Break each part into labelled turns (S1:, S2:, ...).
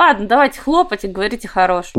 S1: Ладно, давайте хлопать и говорите хорош.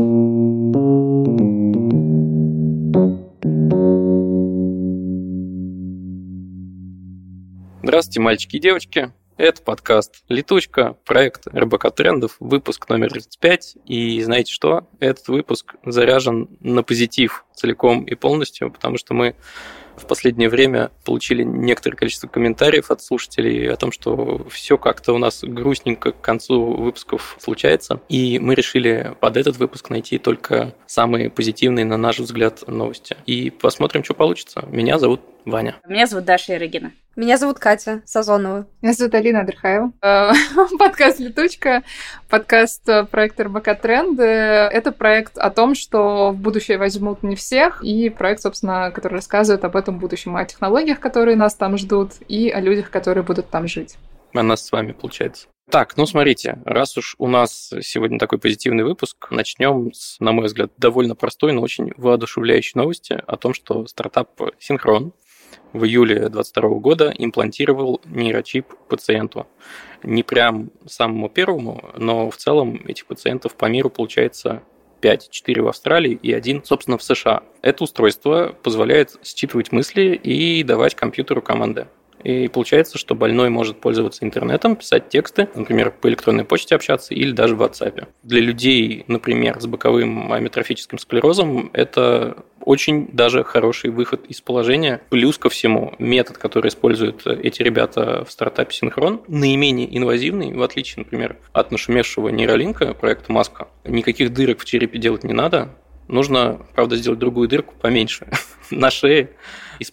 S2: Здравствуйте, мальчики и девочки. Это подкаст «Летучка», проект РБК Трендов, выпуск номер 35. И знаете что? Этот выпуск заряжен на позитив целиком и полностью, потому что мы в последнее время получили некоторое количество комментариев от слушателей о том, что все как-то у нас грустненько к концу выпусков случается. И мы решили под этот выпуск найти только самые позитивные, на наш взгляд, новости. И посмотрим, что получится. Меня зовут Ваня.
S1: Меня зовут Даша Ярыгина.
S3: Меня зовут Катя Сазонова.
S4: Меня зовут Алина Адрахаева. Подкаст «Летучка», подкаст проекта РБК Тренды. Это проект о том, что в будущее возьмут не всех, и проект, собственно, который рассказывает об этом будущем, о технологиях, которые нас там ждут, и о людях, которые будут там жить.
S2: О нас с вами, получается. Так, смотрите, раз уж у нас сегодня такой позитивный выпуск, начнем с, на мой взгляд, довольно простой, но очень воодушевляющей новости о том, что стартап Synchron в июле 2022 года имплантировал нейрочип пациенту. Не прям самому первому, но в целом этих пациентов по миру получается 5, 4 в Австралии и 1, собственно, в США. Это устройство позволяет считывать мысли и давать компьютеру команды. И получается, что больной может пользоваться интернетом, писать тексты, например, по электронной почте общаться или даже в WhatsApp. Для людей, например, с боковым амиотрофическим склерозом, это очень даже хороший выход из положения. Плюс ко всему, метод, который используют эти ребята в стартапе Synchron, наименее инвазивный, в отличие, например, от нашумевшего нейролинка проекта Маска. Никаких дырок в черепе делать не надо. Нужно, правда, сделать другую дырку поменьше на шее и с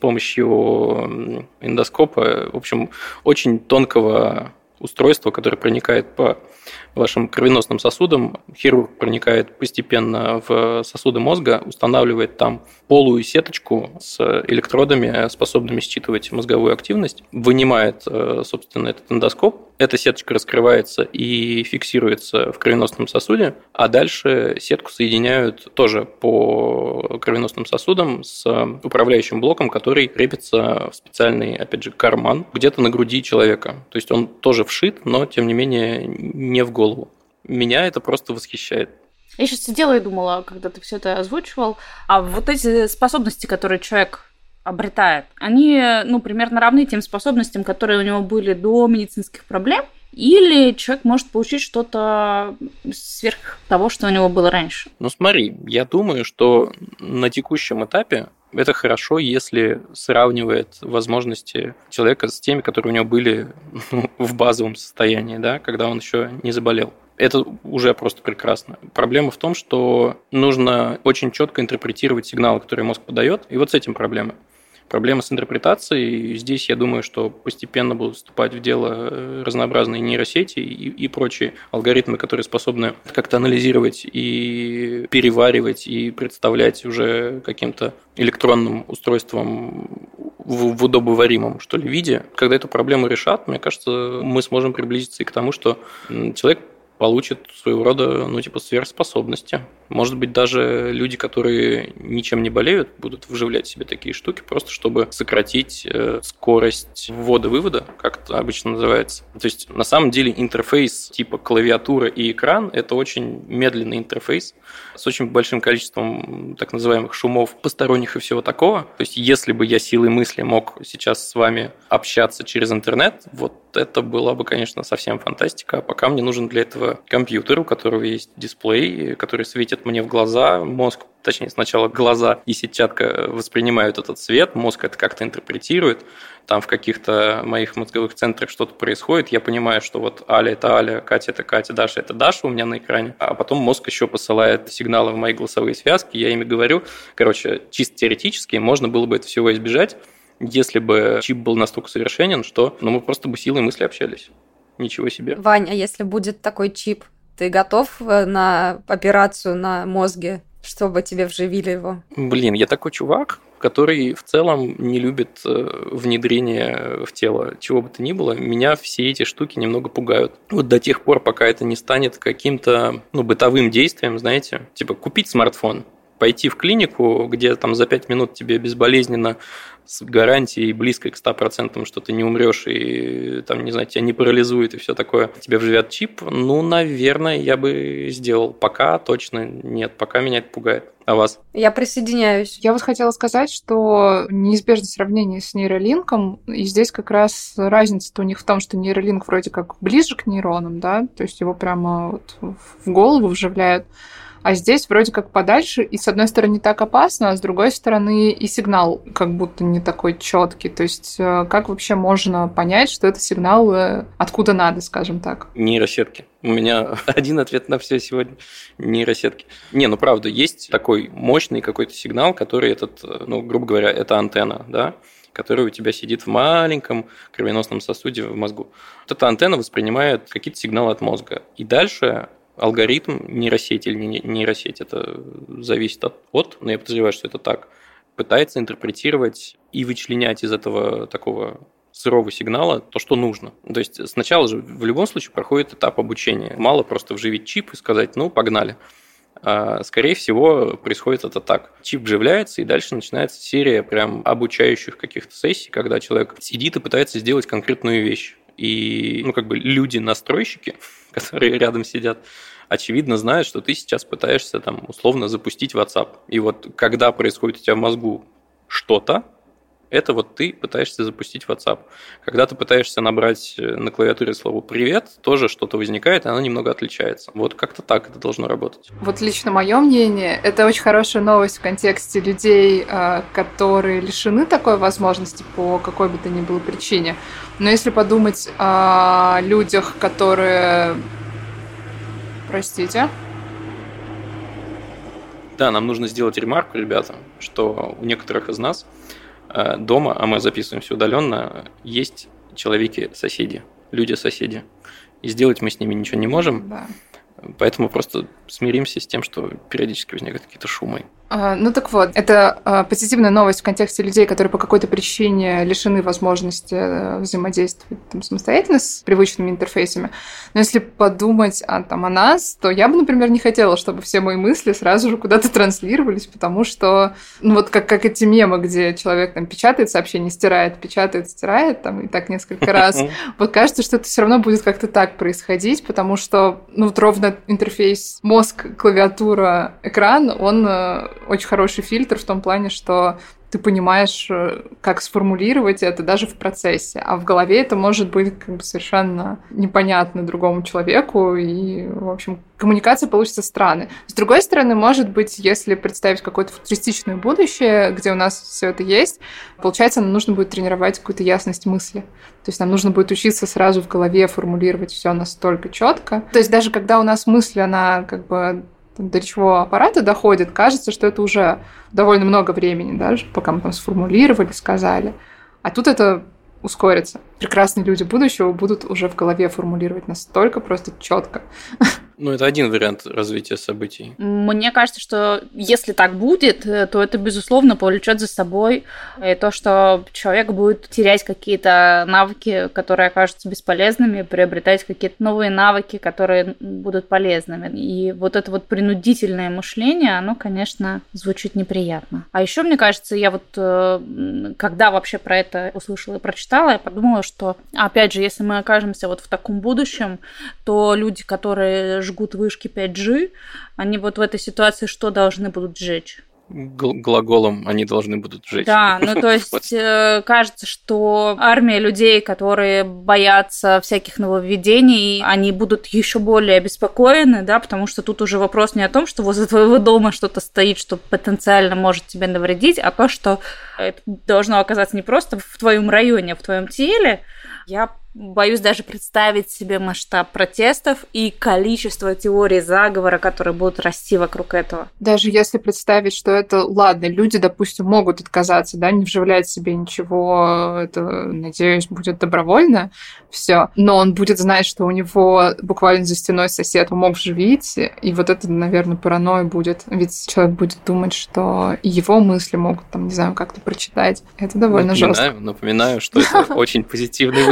S2: помощью эндоскопа, в общем, очень тонкого устройства, которое проникает по вашим кровеносным сосудам. Хирург проникает постепенно в сосуды мозга, устанавливает там полую сеточку с электродами, способными считывать мозговую активность, вынимает, собственно, этот эндоскоп. Эта сеточка раскрывается и фиксируется в кровеносном сосуде, а дальше сетку соединяют тоже по кровеносным сосудам с управляющим блоком, который крепится в специальный, опять же, карман где-то на груди человека. То есть он тоже вшит, но, тем не менее, не в голову. Меня это просто восхищает.
S1: Я сейчас сидела и думала, когда ты все это озвучивал, а вот эти способности, которые человек обретает, они, примерно равны тем способностям, которые у него были до медицинских проблем, или человек может получить что-то сверх того, что у него было раньше?
S2: Смотри, я думаю, что на текущем этапе это хорошо, если сравнивает возможности человека с теми, которые у него были в базовом состоянии, да, когда он еще не заболел. Это уже просто прекрасно. Проблема в том, что нужно очень четко интерпретировать сигналы, которые мозг подает, и вот с этим проблема. Проблема с интерпретацией. Здесь, я думаю, что постепенно будут вступать в дело разнообразные нейросети и прочие алгоритмы, которые способны как-то анализировать и переваривать, и представлять уже каким-то электронным устройством в удобоваримом, что ли, виде. Когда эту проблему решат, мне кажется, мы сможем приблизиться и к тому, что человек получит своего рода, сверхспособности. Может быть, даже люди, которые ничем не болеют, будут вживлять в себе такие штуки, просто чтобы сократить скорость ввода-вывода, как это обычно называется. То есть, на самом деле, интерфейс типа клавиатура и экран – это очень медленный интерфейс с очень большим количеством так называемых шумов посторонних и всего такого. То есть, если бы я силой мысли мог сейчас с вами общаться через интернет, вот это была бы, конечно, совсем фантастика. А пока мне нужен для этого компьютер, у которого есть дисплей, который светит мне в глаза. Мозг, точнее, сначала глаза и сетчатка воспринимают этот свет, мозг это как-то интерпретирует. Там в каких-то моих мозговых центрах что-то происходит. Я понимаю, что вот Аля – это Аля, Катя – это Катя, Даша – это Даша у меня на экране. А потом мозг еще посылает сигналы в мои голосовые связки, я ими говорю. Короче, чисто теоретически можно было бы это всего избежать, если бы чип был настолько совершенен, что мы просто бы силой мысли общались. Ничего себе.
S3: Вань, а если будет такой чип, ты готов на операцию на мозге, чтобы тебе вживили его?
S2: Я такой чувак, который в целом не любит внедрение в тело чего бы то ни было. Меня все эти штуки немного пугают. Вот до тех пор, пока это не станет каким-то бытовым действием, знаете, типа купить смартфон. пойти в клинику, где там за 5 минут тебе безболезненно с гарантией близкой к 100%, что ты не умрешь и там, не знаю, тебя не парализует и все такое, тебе вживят чип, ну, наверное, я бы сделал. Пока точно нет, пока меня это пугает. А вас?
S3: Я присоединяюсь.
S4: Я вот хотела сказать, что неизбежно сравнение с нейролинком, и здесь как раз разница-то у них в том, что нейролинк вроде как ближе к нейронам, да, то есть его прямо вот в голову вживляют, а здесь вроде как подальше, и с одной стороны не так опасно, а с другой стороны и сигнал как будто не такой четкий. То есть как вообще можно понять, что это сигнал откуда надо, скажем так?
S2: Нейросетки. У меня один ответ на все сегодня. Нейросетки. Не, ну правда, есть такой мощный какой-то сигнал, который ну, грубо говоря, это антенна, да, которая у тебя сидит в маленьком кровеносном сосуде в мозгу. Вот эта антенна воспринимает какие-то сигналы от мозга. И дальше алгоритм нейросети или не нейросеть, это зависит но я подозреваю, что это так, пытается интерпретировать и вычленять из этого такого сырого сигнала то, что нужно. То есть сначала же в любом случае проходит этап обучения. Мало просто вживить чип и сказать, ну, погнали. А, скорее всего, происходит это так. Чип вживляется, и дальше начинается серия прям обучающих каких-то сессий, когда человек сидит и пытается сделать конкретную вещь. И, ну, как бы люди-настройщики, которые рядом сидят, очевидно знают, что ты сейчас пытаешься там условно запустить WhatsApp. И вот когда происходит у тебя в мозгу что-то, это вот ты пытаешься запустить WhatsApp. Когда ты пытаешься набрать на клавиатуре слово «привет», тоже что-то возникает, и оно немного отличается. Вот как-то так это должно работать.
S4: Вот лично мое мнение, это очень хорошая новость в контексте людей, которые лишены такой возможности по какой бы то ни было причине. Но если подумать о людях, которые... Простите.
S2: Да, нам нужно сделать ремарку, ребята, что у некоторых из нас дома, а мы записываемся удаленно, есть человеки-соседи, люди-соседи. И сделать мы с ними ничего не можем,
S4: Да.
S2: Поэтому просто смиримся с тем, что периодически возникают какие-то шумы.
S4: Ну так вот, это позитивная новость в контексте людей, которые по какой-то причине лишены возможности взаимодействовать там, самостоятельно с привычными интерфейсами. Но если подумать о нас, то я бы, например, не хотела, чтобы все мои мысли сразу же куда-то транслировались, потому что, ну вот как эти мемы, где человек там печатает сообщение, стирает, печатает, стирает, там и так несколько раз. Вот кажется, что это все равно будет как-то так происходить, потому что, ну вот ровно интерфейс мозг, клавиатура, экран, он очень хороший фильтр в том плане, что ты понимаешь, как сформулировать это даже в процессе. А в голове это может быть как бы совершенно непонятно другому человеку, и, в общем, коммуникация получится странной. С другой стороны, может быть, если представить какое-то футуристичное будущее, где у нас все это есть, получается, нам нужно будет тренировать какую-то ясность мысли. То есть нам нужно будет учиться сразу в голове формулировать все настолько четко. То есть даже когда у нас мысль, она как бы до речевого аппарата доходит, кажется, что это уже довольно много времени, даже пока мы там сформулировали, сказали. А тут это ускорится. Прекрасные люди будущего будут уже в голове формулировать настолько просто четко.
S2: Ну, это один вариант развития событий.
S1: Мне кажется, что если так будет, то это, безусловно, повлечет за собой то, что человек будет терять какие-то навыки, которые окажутся бесполезными, приобретать какие-то новые навыки, которые будут полезными. И вот это вот принудительное мышление, оно, конечно, звучит неприятно. А еще, мне кажется, я вот, когда вообще про это услышала и прочитала, я подумала, что, опять же, если мы окажемся вот в таком будущем, то люди, которые жгут вышки 5G, они вот в этой ситуации что должны будут сжечь?
S2: Глаголом они должны будут жечь.
S1: Да, ну то есть кажется, что армия людей, которые боятся всяких нововведений, они будут еще более обеспокоены, да, потому что тут уже вопрос не о том, что возле твоего дома что-то стоит, что потенциально может тебе навредить, а то, что это должно оказаться не просто в твоем районе, а в твоем теле. Я боюсь даже представить себе масштаб протестов и количество теорий заговора, которые будут расти вокруг этого.
S4: Даже если представить, что это, ладно, люди, допустим, могут отказаться, да, не вживлять себе ничего, это, надеюсь, будет добровольно, все, но он будет знать, что у него буквально за стеной сосед мог вживить, и вот это, наверное, паранойя будет. Ведь человек будет думать, что и его мысли могут, там, не знаю, как-то прочитать. Это довольно жестко.
S2: Напоминаю, что это очень позитивный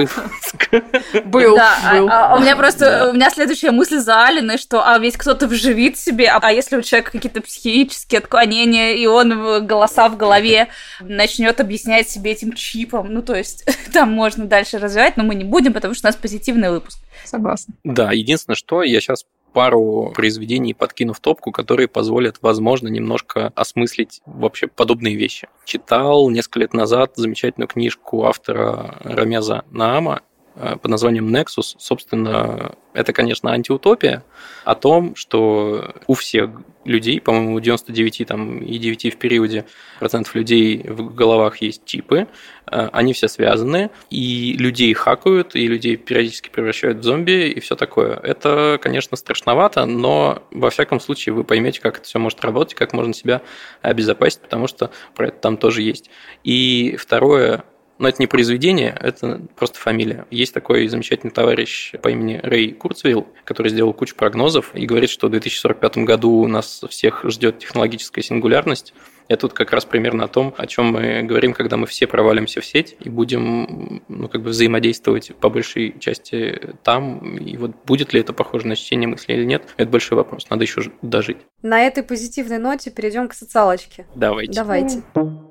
S2: Маск.
S4: Был.
S1: У меня следующая мысль за Алиной, что ведь кто-то вживит себе, а если у человека какие-то психические отклонения, и он голоса в голове начнет объяснять себе этим чипом, ну, то есть там можно дальше развивать, но мы не будем, потому что у нас позитивный выпуск.
S4: Согласна.
S2: Да, единственное, что я сейчас пару произведений подкину в топку, которые позволят, возможно, немножко осмыслить вообще подобные вещи. Читал несколько лет назад замечательную книжку автора Рамеза Наама под названием «Nexus». Собственно, это, конечно, антиутопия о том, что у всех людей, по-моему, 99,9 в периоде процентов людей в головах есть чипы, они все связаны, и людей хакают, и людей периодически превращают в зомби, и все такое. Это, конечно, страшновато, но во всяком случае вы поймете, как это все может работать, как можно себя обезопасить, потому что про это там тоже есть. И второе, но это не произведение, это просто фамилия. Есть такой замечательный товарищ по имени Рэй Курцвейл, который сделал кучу прогнозов и говорит, что в 2045 году нас всех ждет технологическая сингулярность. Это тут как раз примерно о том, о чем мы говорим, когда мы все провалимся в сеть и будем взаимодействовать по большей части там. И вот будет ли это похоже на чтение мыслей или нет, это большой вопрос. Надо еще дожить.
S3: На этой позитивной ноте перейдем к социалочке.
S2: Давайте.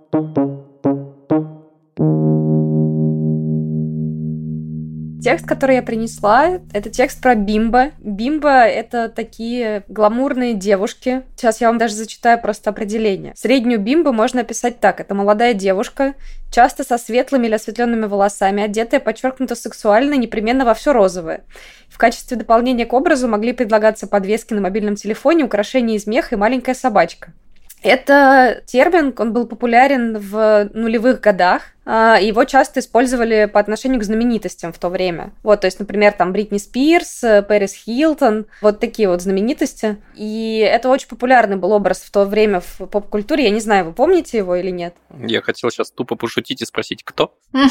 S3: Текст, который я принесла, это текст про бимбо. Бимбо — это такие гламурные девушки. Сейчас я вам даже зачитаю просто определение. Среднюю бимбо можно описать так. Это молодая девушка, часто со светлыми или осветленными волосами, одетая подчеркнуто сексуально, непременно во все розовое. В качестве дополнения к образу могли предлагаться подвески на мобильном телефоне, украшения из меха и маленькая собачка. Это термин, он был популярен в нулевых годах. Его часто использовали по отношению к знаменитостям в то время. Вот, то есть, например, там Бритни Спирс, Пэрис Хилтон, вот такие вот знаменитости. И это очень популярный был образ в то время в поп-культуре. Я не знаю, вы помните его или нет?
S2: Я хотел сейчас тупо пошутить и спросить, кто?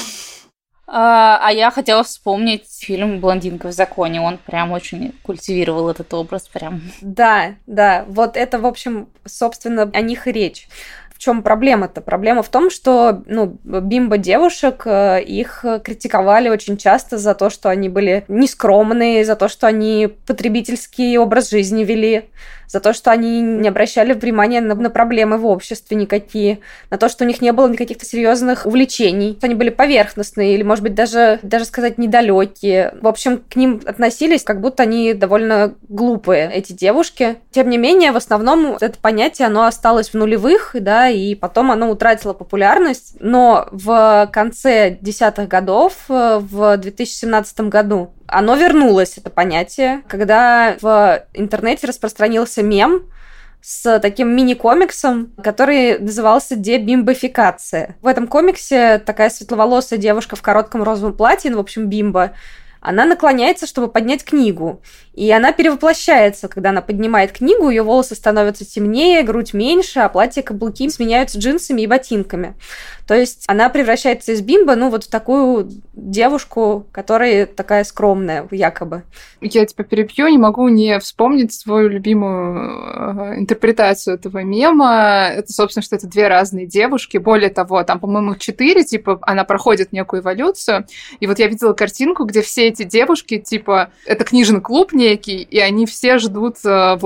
S1: А я хотела вспомнить фильм «Блондинка в законе». Он прям очень культивировал этот образ прям.
S3: Да, вот это, в общем, собственно, о них и речь. В чем проблема-то? Проблема в том, что бимбо-девушек, их критиковали очень часто за то, что они были нескромные, за то, что они потребительский образ жизни вели, за то, что они не обращали внимания на проблемы в обществе никакие, на то, что у них не было никаких серьезных увлечений, что они были поверхностные или, может быть, даже сказать, недалекие. В общем, к ним относились, как будто они довольно глупые, эти девушки. Тем не менее, в основном это понятие, оно осталось в нулевых, да, и потом оно утратило популярность. Но в конце десятых годов, в 2017 году, оно вернулось, это понятие, когда в интернете распространился мем с таким мини-комиксом, который назывался «Дебимбофикация». В этом комиксе такая светловолосая девушка в коротком розовом платье, в общем, бимбо, она наклоняется, чтобы поднять книгу. И она перевоплощается, когда она поднимает книгу, ее волосы становятся темнее, грудь меньше, а платье-каблуки сменяются джинсами и ботинками. То есть она превращается из бимбо, в такую девушку, которая такая скромная, якобы.
S4: Я тебя перебью, не могу не вспомнить свою любимую интерпретацию этого мема. Это, собственно, что это две разные девушки. Более того, там, по-моему, 4, она проходит некую эволюцию. И вот я видела картинку, где все эти девушки, это книжный клуб некий, и они все ждут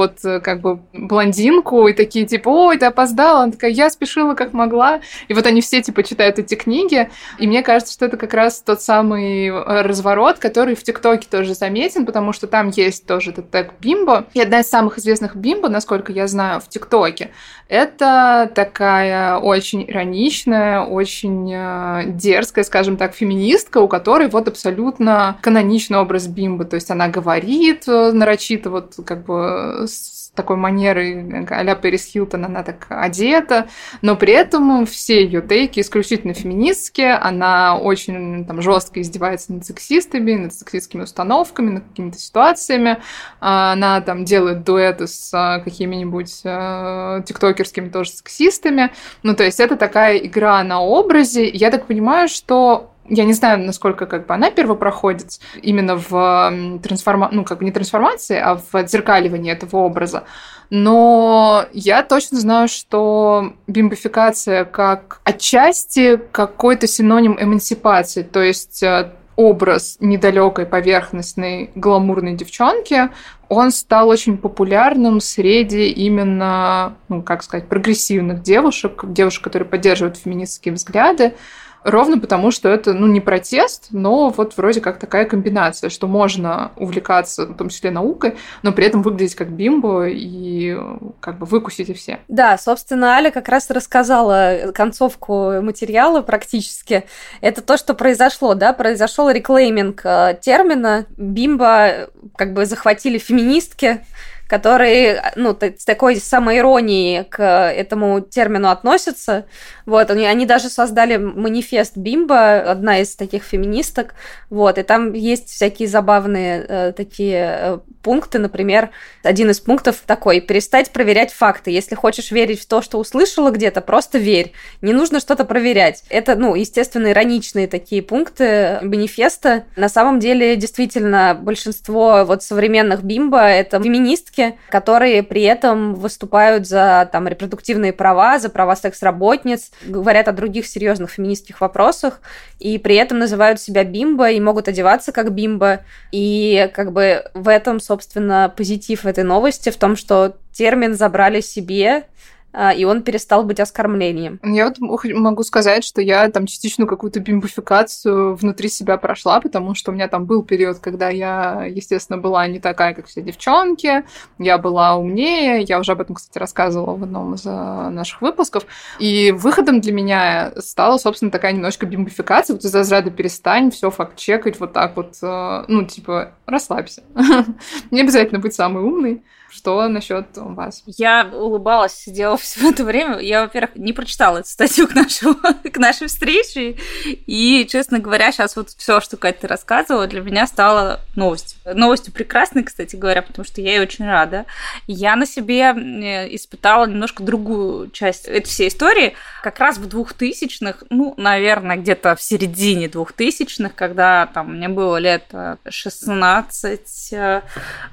S4: блондинку, и такие, ой, ты опоздала. Она такая, я спешила как могла. И вот они все, читают эти книги. И мне кажется, что это как раз тот самый разворот, который в ТикТоке тоже заметен, потому что там есть тоже этот тег бимбо. И одна из самых известных бимбо, насколько я знаю, в ТикТоке, это такая очень ироничная, очень дерзкая, скажем так, феминистка, у которой вот абсолютно каноничный образ бимбо. То есть она говорит нарочито с такой манерой а-ля Пэрис Хилтон, она так одета, но при этом все ее тейки исключительно феминистские, она очень жестко издевается над сексистами, над сексистскими установками, над какими-то ситуациями, она делает дуэты с какими-нибудь тиктокерскими тоже сексистами, то есть это такая игра на образе, я так понимаю, что я не знаю, насколько она первопроходец именно в не трансформации, а в отзеркаливании этого образа. Но я точно знаю, что бимбофикация как отчасти какой-то синоним эмансипации. То есть образ недалекой, поверхностной, гламурной девчонки, он стал очень популярным среди именно, прогрессивных девушек, которые поддерживают феминистские взгляды, ровно потому, что это, не протест, но вот вроде как такая комбинация, что можно увлекаться, в том числе наукой, но при этом выглядеть как бимбо и выкусить и все.
S3: Да, собственно, Аля как раз рассказала концовку материала практически. Это то, что произошло, да, произошел реклейминг термина. Бимбо захватили феминистки, которые, с такой самоиронией к этому термину относятся. Вот, они даже создали манифест Бимбо, одна из таких феминисток, вот, и там есть всякие забавные такие пункты, например, один из пунктов такой: перестать проверять факты. Если хочешь верить в то, что услышала где-то, просто верь. Не нужно что-то проверять. Это, естественно, ироничные такие пункты манифеста. На самом деле, действительно, большинство современных Бимбо — это феминистки, которые при этом выступают за репродуктивные права, за права секс-работниц, говорят о других серьезных феминистских вопросах, и при этом называют себя бимбо и могут одеваться как бимбо. И в этом, собственно, позитив этой новости, в том, что термин забрали себе, и он перестал быть оскорблением.
S4: Я могу сказать, что я частичную какую-то бимбификацию внутри себя прошла, потому что у меня был период, когда я, естественно, была не такая, как все девчонки, я была умнее, я уже об этом, кстати, рассказывала в одном из наших выпусков, и выходом для меня стала, собственно, такая немножко бимбификация, из разряда перестань все факт-чекать вот так вот, расслабься. Не обязательно быть самой умной. Что насчет вас?
S1: Я улыбалась, сидела все это время. Я, во-первых, не прочитала эту статью к нашей встрече. И, честно говоря, сейчас все, что Катя рассказывала, для меня стало новостью. Новостью прекрасной, кстати говоря, потому что я ей очень рада. Я на себе испытала немножко другую часть этой всей истории. Как раз в 2000-х, наверное, где-то в середине 2000-х, когда мне было лет 16-20,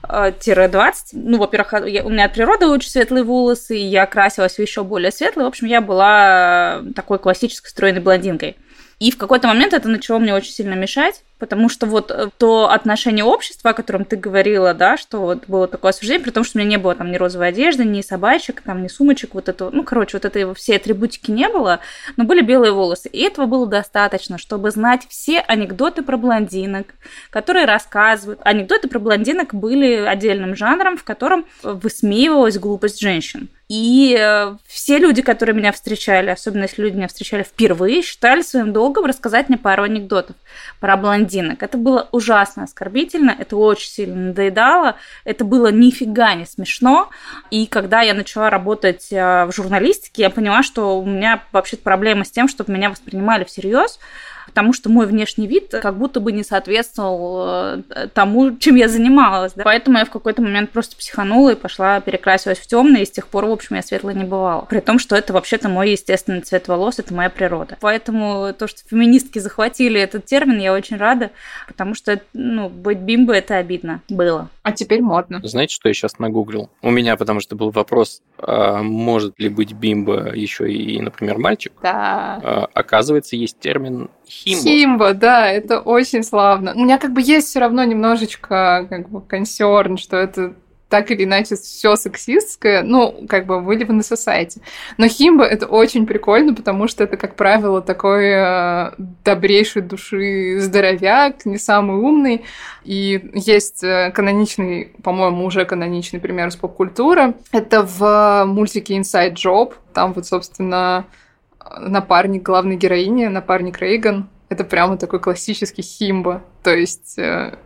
S1: во-первых, у меня от природы очень светлые волосы, и я красилась в еще более светлые. В общем, я была такой классической стройной блондинкой. И в какой-то момент это начало мне очень сильно мешать, потому что то отношение общества, о котором ты говорила, да, что было такое осуждение, при том, что у меня не было ни розовой одежды, ни собачек, ни сумочек, этой всей атрибутики не было, но были белые волосы. И этого было достаточно, чтобы знать все анекдоты про блондинок, которые рассказывают. Анекдоты про блондинок были отдельным жанром, в котором высмеивалась глупость женщин. И все люди, которые меня встречали, особенно если люди меня встречали впервые, считали своим долгом рассказать мне пару анекдотов про блондинок. Это было ужасно оскорбительно, это очень сильно надоедало, это было нифига не смешно. И когда я начала работать в журналистике, я поняла, что у меня вообще-то проблема с тем, чтобы меня воспринимали всерьез, потому что мой внешний вид как будто бы не соответствовал тому, чем я занималась. Да? Поэтому я в какой-то момент просто психанула и пошла перекрасилась в темный, и с тех пор, в общем, я светлой не бывала. При том, что это вообще-то мой естественный цвет волос, это моя природа. Поэтому то, что феминистки захватили этот термин, я очень рада, потому что, быть бимбо – это обидно было.
S4: А теперь модно.
S2: Знаете, что я сейчас нагуглил? У меня, потому что был вопрос, может ли быть бимбо еще и, например, мальчик?
S4: Да.
S2: Оказывается, есть термин химбо.
S4: Химбо, да, это очень славно. У меня есть все равно немножечко консерн, что это так или иначе все сексистское, we live in a society. Но химбо — это очень прикольно, потому что это, как правило, такой добрейшей души здоровяк, не самый умный. И есть каноничный, по-моему, уже каноничный пример из поп-культуры. Это в мультике Inside Job. Там собственно, напарник главной героини, напарник Рейган. Это прямо такой классический химбо. То есть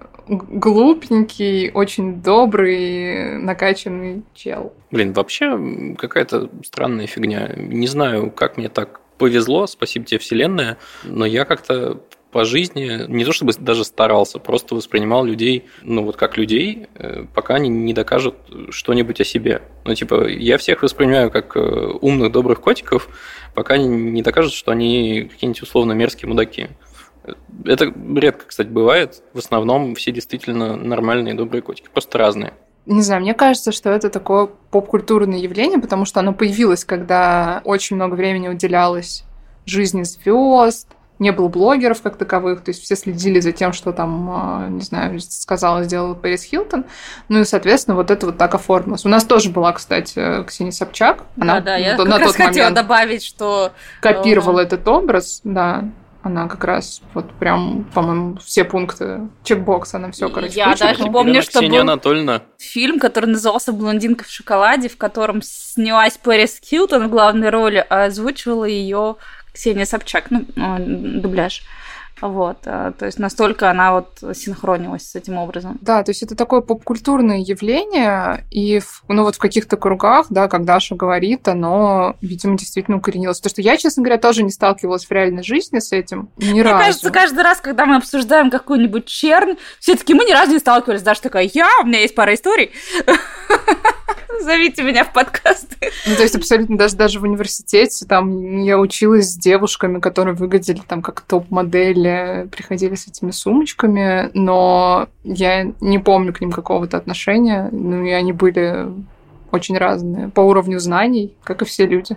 S4: глупенький, очень добрый, накачанный чел.
S2: Вообще какая-то странная фигня. Не знаю, как мне так повезло, спасибо тебе, Вселенная, но я как-то по жизни не то чтобы даже старался, просто воспринимал людей, как людей, пока они не докажут что-нибудь о себе. Я всех воспринимаю как умных, добрых котиков, пока они не докажут, что они какие-нибудь условно мерзкие мудаки. Это редко, кстати, бывает. В основном все действительно нормальные, добрые котики, просто разные.
S4: Не знаю, мне кажется, что это такое поп-культурное явление, потому что оно появилось, когда очень много времени уделялось жизни звезд, не было блогеров как таковых, то есть все следили за тем, что там, не знаю, сказала, сделала Пэрис Хилтон. Ну и, соответственно, вот это вот так оформилось. У нас тоже была, кстати, Ксения Собчак. Она
S1: я как раз хотела добавить, что...
S4: копировала этот образ, да. Она как раз вот прям, по-моему, все пункты чекбокса, она все, короче,
S1: я даже помню, что был
S2: Анатольевна.
S1: Фильм, который назывался «Блондинка в шоколаде», в котором снялась Пэрис Хилтон в главной роли, а озвучивала ее Ксения Собчак, дубляж. Вот, то есть настолько она вот синхронилась с этим образом.
S4: Да, то есть это такое попкультурное явление, и вот в каких-то кругах, да, как Даша говорит, оно, видимо, действительно укоренилось. Потому что я, честно говоря, тоже не сталкивалась в реальной жизни с этим ни разу.
S1: Мне кажется, каждый раз, когда мы обсуждаем какую-нибудь чернь, все таки мы ни разу не сталкивались. Даша такая, у меня есть пара историй. Зовите меня в подкасты.
S4: Ну, то есть абсолютно даже в университете там я училась с девушками, которые выглядели там как топ-модели, приходили с этими сумочками, но я не помню к ним какого-то отношения. Ну, и они были очень разные по уровню знаний, как и все люди.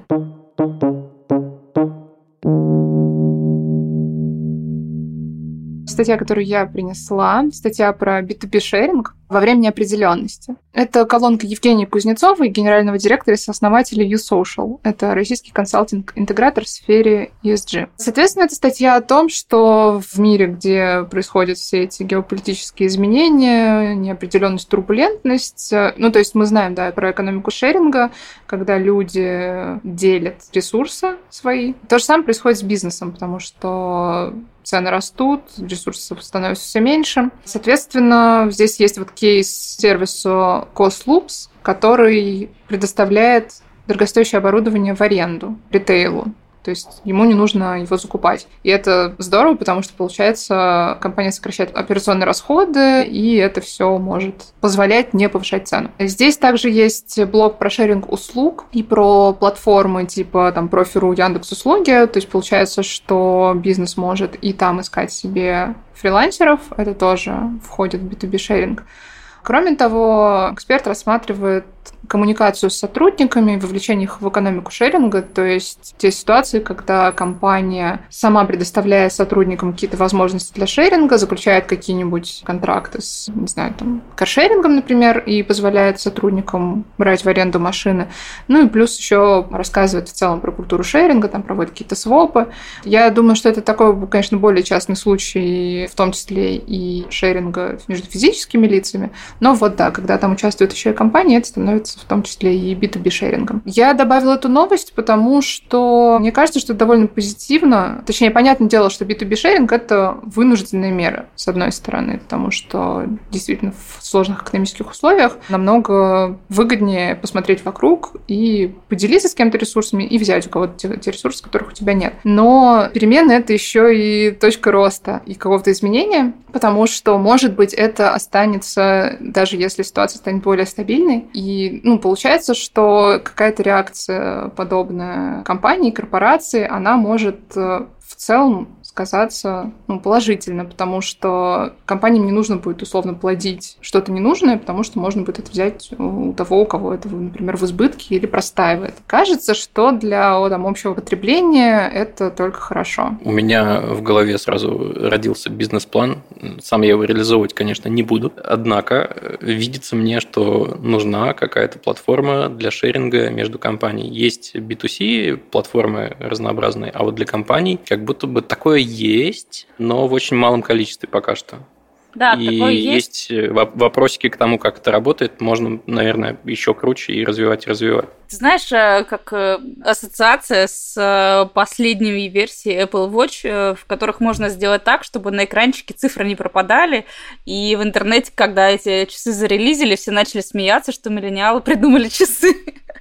S4: Статья, которую я принесла, статья про B2B-шеринг во время неопределенности. Это колонка Евгении Кузнецовой, генерального директора и сооснователя YouSocial. Это российский консалтинг-интегратор в сфере ESG. Соответственно, это статья о том, что в мире, где происходят все эти геополитические изменения, неопределенность, турбулентность, ну, то есть мы знаем, да, про экономику шеринга, когда люди делят ресурсы свои. То же самое происходит с бизнесом, потому что цены растут, ресурсов становится все меньше. Соответственно, здесь есть вот кейс сервису CostLoops, который предоставляет дорогостоящее оборудование в аренду ритейлу. То есть ему не нужно его закупать. И это здорово, потому что, получается, компания сокращает операционные расходы, и это все может позволять не повышать цену. Здесь также есть блок про шеринг услуг и про платформы типа там Профи.ру, Яндекс.Услуги. То есть получается, что бизнес может и там искать себе фрилансеров. Это тоже входит в B2B шеринг. Кроме того, эксперт рассматривает коммуникацию с сотрудниками, вовлечение их в экономику шеринга, то есть те ситуации, когда компания сама предоставляя сотрудникам какие-то возможности для шеринга, заключает какие-нибудь контракты с, не знаю, там, каршерингом, например, и позволяет сотрудникам брать в аренду машины. Ну и плюс еще рассказывает в целом про культуру шеринга, там проводит какие-то свопы. Я думаю, что это такой, конечно, более частный случай, в том числе и шеринга между физическими лицами. Но вот да, когда там участвует еще и компания, это становится в том числе и B2B шерингом. Я добавила эту новость, потому что мне кажется, что это довольно позитивно. Точнее, понятное дело, что B2B шеринг – это вынужденная мера, с одной стороны, потому что действительно в сложных экономических условиях намного выгоднее посмотреть вокруг и поделиться с кем-то ресурсами и взять у кого-то те ресурсы, которых у тебя нет. Но перемены – это еще и точка роста и какого-то изменения, потому что, может быть, это останется, даже если ситуация станет более стабильной. И, получается, что какая-то реакция подобная компании, корпорации, она может в целом сказаться положительно, потому что компаниям не нужно будет условно плодить что-то ненужное, потому что можно будет это взять у того, у кого это, например, в избытке или простаивает. Кажется, что для общего потребления это только хорошо.
S2: У меня в голове сразу родился бизнес-план. Сам я его реализовывать, конечно, не буду. Однако видится мне, что нужна какая-то платформа для шеринга между компанией. Есть B2C платформы разнообразные, а вот для компаний как будто бы такое есть, но в очень малом количестве пока что.
S1: Да,
S2: и
S1: такое
S2: есть вопросики к тому, как это работает. Можно, наверное, еще круче и развивать, и развивать.
S1: Ты знаешь, как ассоциация с последними версией Apple Watch, в которых можно сделать так, чтобы на экранчике цифры не пропадали, и в интернете, когда эти часы зарелизили, все начали смеяться, что миллениалы придумали часы.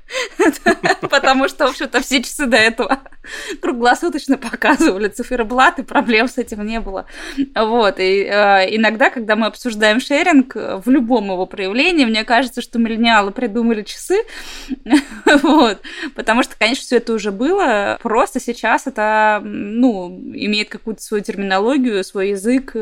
S1: Потому что, в общем-то, все часы до этого круглосуточно показывали циферблат, и проблем с этим не было. Вот. И иногда, когда мы обсуждаем шеринг в любом его проявлении, мне кажется, что миллениалы придумали часы. Вот. Потому что, конечно, все это уже было. Просто сейчас это, имеет какую-то свою терминологию, свой язык,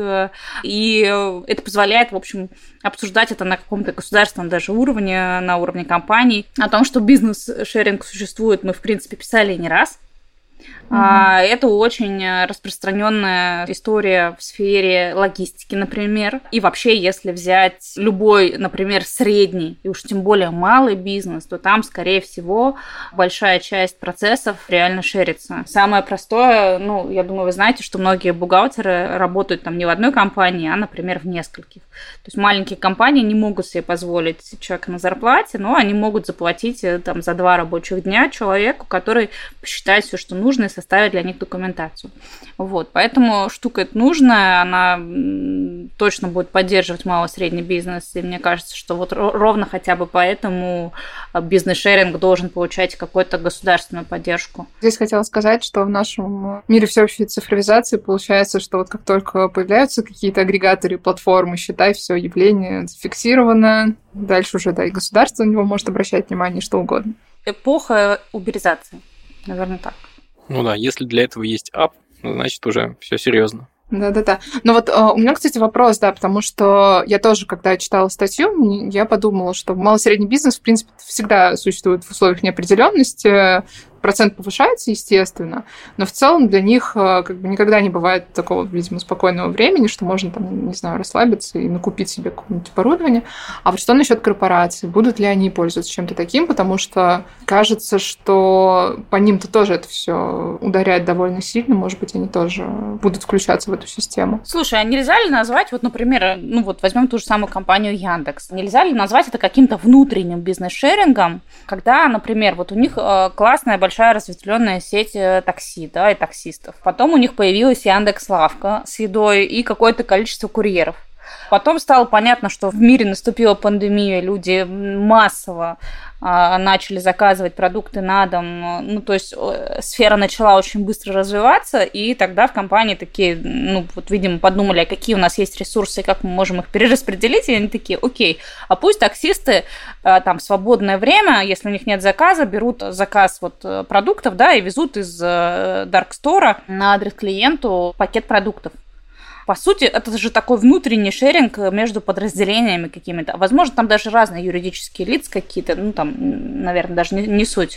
S1: и это позволяет, в общем, обсуждать это на каком-то государственном даже уровне, на уровне компаний. О том, что бизнес-шеринг существует, мы, в принципе, писали не раз. Это очень распространенная история в сфере логистики, например. И вообще, если взять любой, например, средний и уж тем более малый бизнес, то там, скорее всего, большая часть процессов реально шерится. Самое простое, я думаю, вы знаете, что многие бухгалтеры работают там не в одной компании, а, например, в нескольких. То есть маленькие компании не могут себе позволить человека на зарплате, но они могут заплатить там за 2 рабочих дня человеку, который посчитает все, что нужно, и составит для них документацию. Вот. Поэтому штука эта нужная, она точно будет поддерживать малый и средний бизнес, и мне кажется, что вот ровно хотя бы поэтому бизнес-шеринг должен получать какую-то государственную поддержку.
S4: Здесь хотела сказать, что в нашем мире всеобщей цифровизации получается, что вот как только появляются какие-то агрегаторы, платформы, считай, все явление зафиксировано, дальше уже, и государство на него может обращать внимание, что угодно.
S1: Эпоха уберизации, наверное, так.
S2: Если для этого есть ап, значит, уже все серьезно.
S4: Да. Но вот у меня, кстати, вопрос, потому что я тоже, когда читала статью, я подумала, что малый и средний бизнес, в принципе, всегда существует в условиях неопределенности, процент повышается, естественно, но в целом для них никогда не бывает такого, видимо, спокойного времени, что можно там, не знаю, расслабиться и накупить себе какое-нибудь оборудование. А вот что насчет корпораций? Будут ли они пользоваться чем-то таким? Потому что кажется, что по ним-то тоже это все ударяет довольно сильно. Может быть, они тоже будут включаться в эту систему.
S1: Слушай, а нельзя ли назвать, например, возьмем ту же самую компанию Яндекс, нельзя ли назвать это каким-то внутренним бизнес-шерингом, когда, например, у них классная большая разветвленная сеть такси, и таксистов. Потом у них появилась Яндекс.Лавка с едой и какое-то количество курьеров. Потом стало понятно, что в мире наступила пандемия, люди массово начали заказывать продукты на дом. То есть сфера начала очень быстро развиваться, и тогда в компании такие, видимо, подумали, а какие у нас есть ресурсы, и как мы можем их перераспределить, и они такие, окей, а пусть таксисты в свободное время, если у них нет заказа, берут заказ продуктов, и везут из даркстора на адрес клиенту пакет продуктов. По сути, это же такой внутренний шеринг между подразделениями какими-то. Возможно, там даже разные юридические лица какие-то, наверное, даже не суть.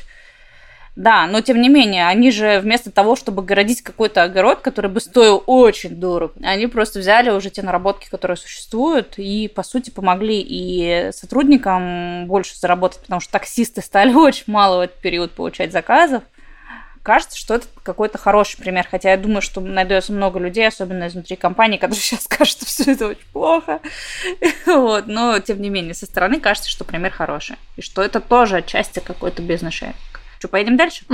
S1: Да, но тем не менее, они же вместо того, чтобы городить какой-то огород, который бы стоил очень дорого, они просто взяли уже те наработки, которые существуют, и, по сути, помогли и сотрудникам больше заработать, потому что таксисты стали очень мало в этот период получать заказов. Кажется, что это какой-то хороший пример, хотя я думаю, что найдется много людей, особенно изнутри компании, которые сейчас скажут, что все это очень плохо. Но, тем не менее, со стороны кажется, что пример хороший, и что это тоже отчасти какой-то бизнес-шеринг. Что, поедем дальше?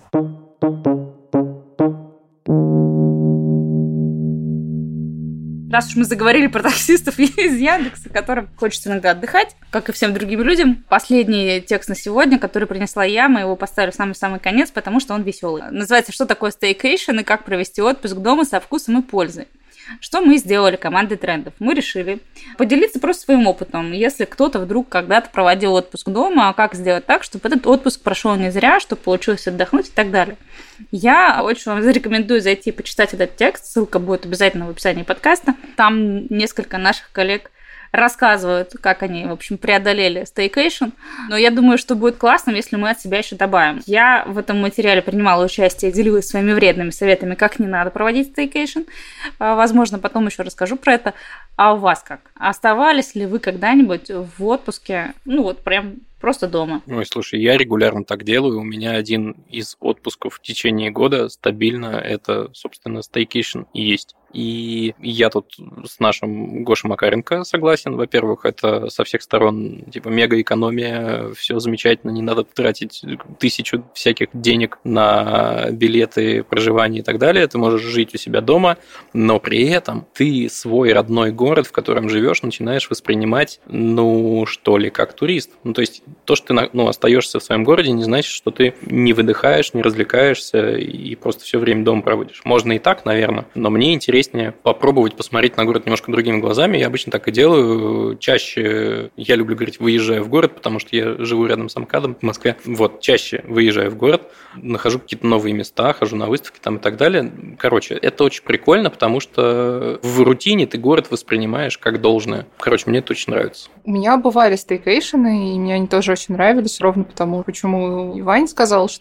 S1: Раз уж мы заговорили про таксистов из Яндекса, которым хочется иногда отдыхать, как и всем другим людям, последний текст на сегодня, который принесла я, мы его поставили в самый-самый конец, потому что он веселый. Называется «Что такое стейкейшн и как провести отпуск дома со вкусом и пользой». Что мы сделали командой трендов? Мы решили поделиться просто своим опытом. Если кто-то вдруг когда-то проводил отпуск дома, как сделать так, чтобы этот отпуск прошел не зря, чтобы получилось отдохнуть и так далее. Я очень вам рекомендую зайти и почитать этот текст. Ссылка будет обязательно в описании подкаста. Там несколько наших коллег рассказывают, как они, в общем, преодолели стейкейшн. Но я думаю, что будет классно, если мы от себя еще добавим. Я в этом материале принимала участие и делилась своими вредными советами, как не надо проводить стейкейшн. Возможно, потом еще расскажу про это. А у вас как? Оставались ли вы когда-нибудь в отпуске, прям просто дома?
S2: Ой, слушай, я регулярно так делаю. У меня один из отпусков в течение года стабильно это, собственно, стейкейшн и есть. И я тут с нашим Гошей Макаренко согласен. Во-первых, это со всех сторон мега-экономия, все замечательно, не надо тратить 1000 всяких денег на билеты, проживание и так далее. Ты можешь жить у себя дома, но при этом ты свой родной город, в котором живешь, начинаешь воспринимать, как турист. То есть то, что ты остаешься в своем городе, не значит, что ты не выдыхаешь, не развлекаешься и просто все время дома проводишь. Можно и так, наверное, но мне интереснее попробовать посмотреть на город немножко другими глазами. Я обычно так и делаю. Чаще я люблю говорить «выезжаю в город», потому что я живу рядом с МКАДом в Москве. Чаще выезжаю в город, нахожу какие-то новые места, хожу на выставки и так далее. Короче, это очень прикольно, потому что в рутине ты город воспринимаешь как должное. Мне это очень нравится.
S4: У меня бывали стейкейшены, и мне они тоже очень нравились, ровно потому, почему и Ваня сказал, что ты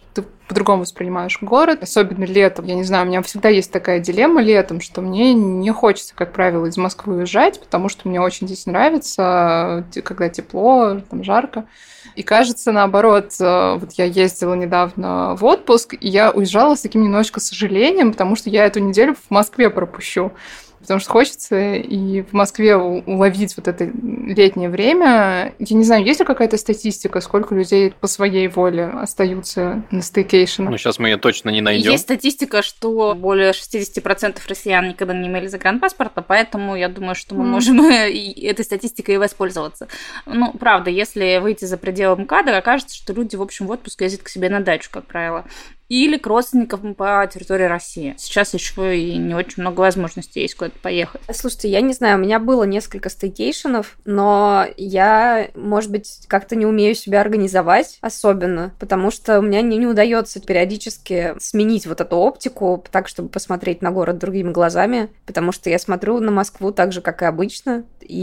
S4: по-другому воспринимаешь город, особенно летом. Я не знаю, у меня всегда есть такая дилемма летом, что мне не хочется, как правило, из Москвы уезжать, потому что мне очень здесь нравится, когда тепло, там жарко. И кажется, наоборот, вот я ездила недавно в отпуск, и я уезжала с таким немножечко сожалением, потому что я эту неделю в Москве пропущу. Потому что хочется и в Москве уловить вот это летнее время. Я не знаю, есть ли какая-то статистика, сколько людей по своей воле остаются на стейкейшенах?
S2: Ну, сейчас мы ее точно не найдем.
S1: Есть статистика, что более 60% россиян никогда не имели загранпаспорта, поэтому я думаю, что мы можем этой статистикой и воспользоваться. Ну, правда, если выйти за пределы МКАДа, окажется, что люди, в общем, в отпуск ездят к себе на дачу, как правило. Или к родственникам по территории России. Сейчас еще и не очень много возможностей есть куда-то поехать.
S3: Слушайте, я не знаю, у меня было несколько стейкейшенов, но я, может быть, как-то не умею себя организовать особенно, потому что у меня не удается периодически сменить вот эту оптику так, чтобы посмотреть на город другими глазами, потому что я смотрю на Москву так же, как и обычно,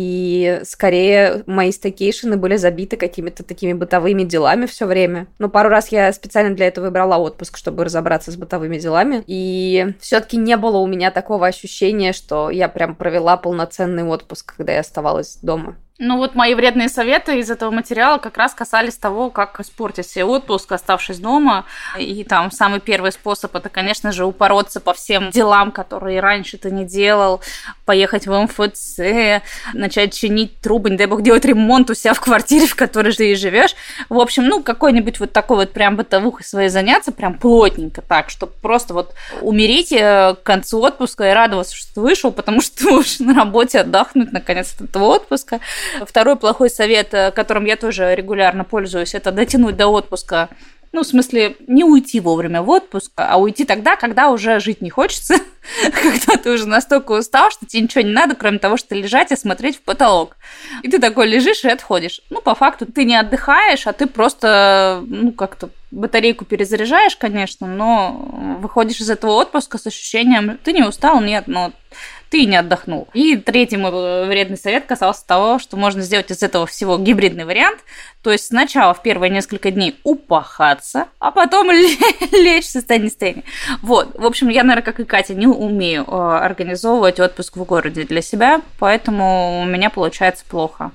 S3: и скорее мои стейкейшены были забиты какими-то такими бытовыми делами все время. Но пару раз я специально для этого выбрала отпуск, чтобы разобраться с бытовыми делами. И все-таки не было у меня такого ощущения, что я прям провела полноценный отпуск, когда я оставалась дома.
S1: Ну вот мои вредные советы из этого материала как раз касались того, как испортить себе отпуск, оставшись дома. И там самый первый способ – это, конечно же, упороться по всем делам, которые раньше ты не делал, поехать в МФЦ, начать чинить трубы, не дай бог делать ремонт у себя в квартире, в которой ты и живешь. В общем, ну, какой-нибудь вот такой вот прям бытовухой своей заняться, прям плотненько так, чтобы просто вот умереть к концу отпуска и радоваться, что ты вышел, потому что ты можешь на работе отдохнуть наконец от этого отпуска. Второй плохой совет, которым я тоже регулярно пользуюсь, это дотянуть до отпуска. Ну, в смысле, не уйти вовремя в отпуск, а уйти тогда, когда уже жить не хочется, когда ты уже настолько устал, что тебе ничего не надо, кроме того, что лежать и смотреть в потолок. И ты такой лежишь и отходишь. Ну, по факту, ты не отдыхаешь, а ты просто, ну, как-то батарейку перезаряжаешь, конечно, но выходишь из этого отпуска с ощущением, ты не устал, нет, но ты не отдохнул. И третий мой вредный совет касался того, что можно сделать из этого всего гибридный вариант. То есть сначала в первые несколько дней упахаться, а потом лечь в состоянии стейни. Вот. В общем, я, наверное, как и Катя, не умею организовывать отпуск в городе для себя, поэтому у меня получается плохо.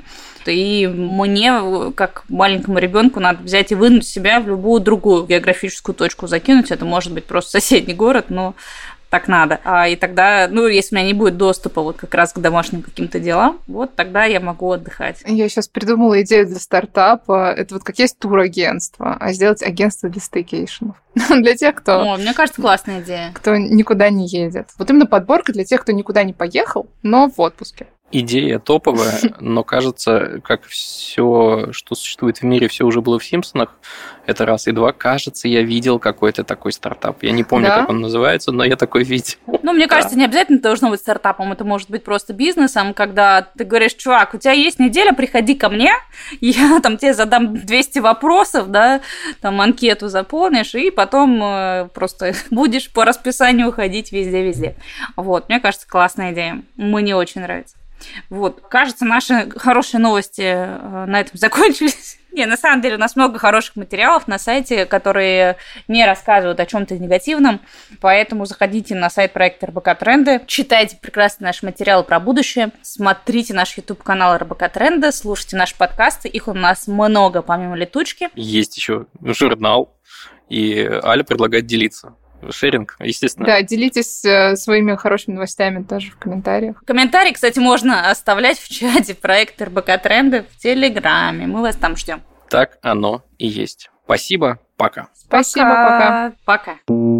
S1: И мне, как маленькому ребенку, надо взять и вынуть себя в любую другую географическую точку, закинуть. Это может быть просто соседний город, но так надо. И тогда, ну, если у меня не будет доступа вот как раз к домашним каким-то делам, вот тогда я могу отдыхать.
S4: Я сейчас придумала идею для стартапа. Это вот как есть турагентство, а сделать агентство для стейкейшенов. Для тех, кто...
S1: О, мне кажется, классная идея.
S4: Кто никуда не едет. Вот именно подборка для тех, кто никуда не поехал, но в отпуске.
S2: Идея топовая, но кажется, как все, что существует в мире, все уже было в «Симпсонах». Это раз. И два, кажется, я видел какой-то такой стартап. Я не помню, как он называется, но я такой видел.
S1: Ну, мне кажется, не обязательно должно быть стартапом. Это может быть просто бизнесом, когда ты говоришь: чувак, у тебя есть неделя, приходи ко мне, я там тебе задам 200 вопросов, да, там анкету заполнишь, и потом просто будешь по расписанию ходить везде-везде. Вот, мне кажется, классная идея. Мне очень нравится. Вот, кажется, наши хорошие новости на этом закончились. Не, на самом деле у нас много хороших материалов на сайте, которые не рассказывают о чем-то негативном, поэтому заходите на сайт проекта РБК Тренды, читайте прекрасные наши материалы про будущее, смотрите наш YouTube-канал РБК Тренды, слушайте наши подкасты, их у нас много помимо летучки.
S2: Есть еще журнал, и Аля предлагает делиться. Шеринг, естественно.
S4: Да, делитесь своими хорошими новостями тоже в комментариях.
S1: Комментарии, кстати, можно оставлять в чате проекта РБК Тренды в Телеграме. Мы вас там ждем.
S2: Так оно и есть. Спасибо, пока.
S4: Спасибо, пока.
S1: Пока.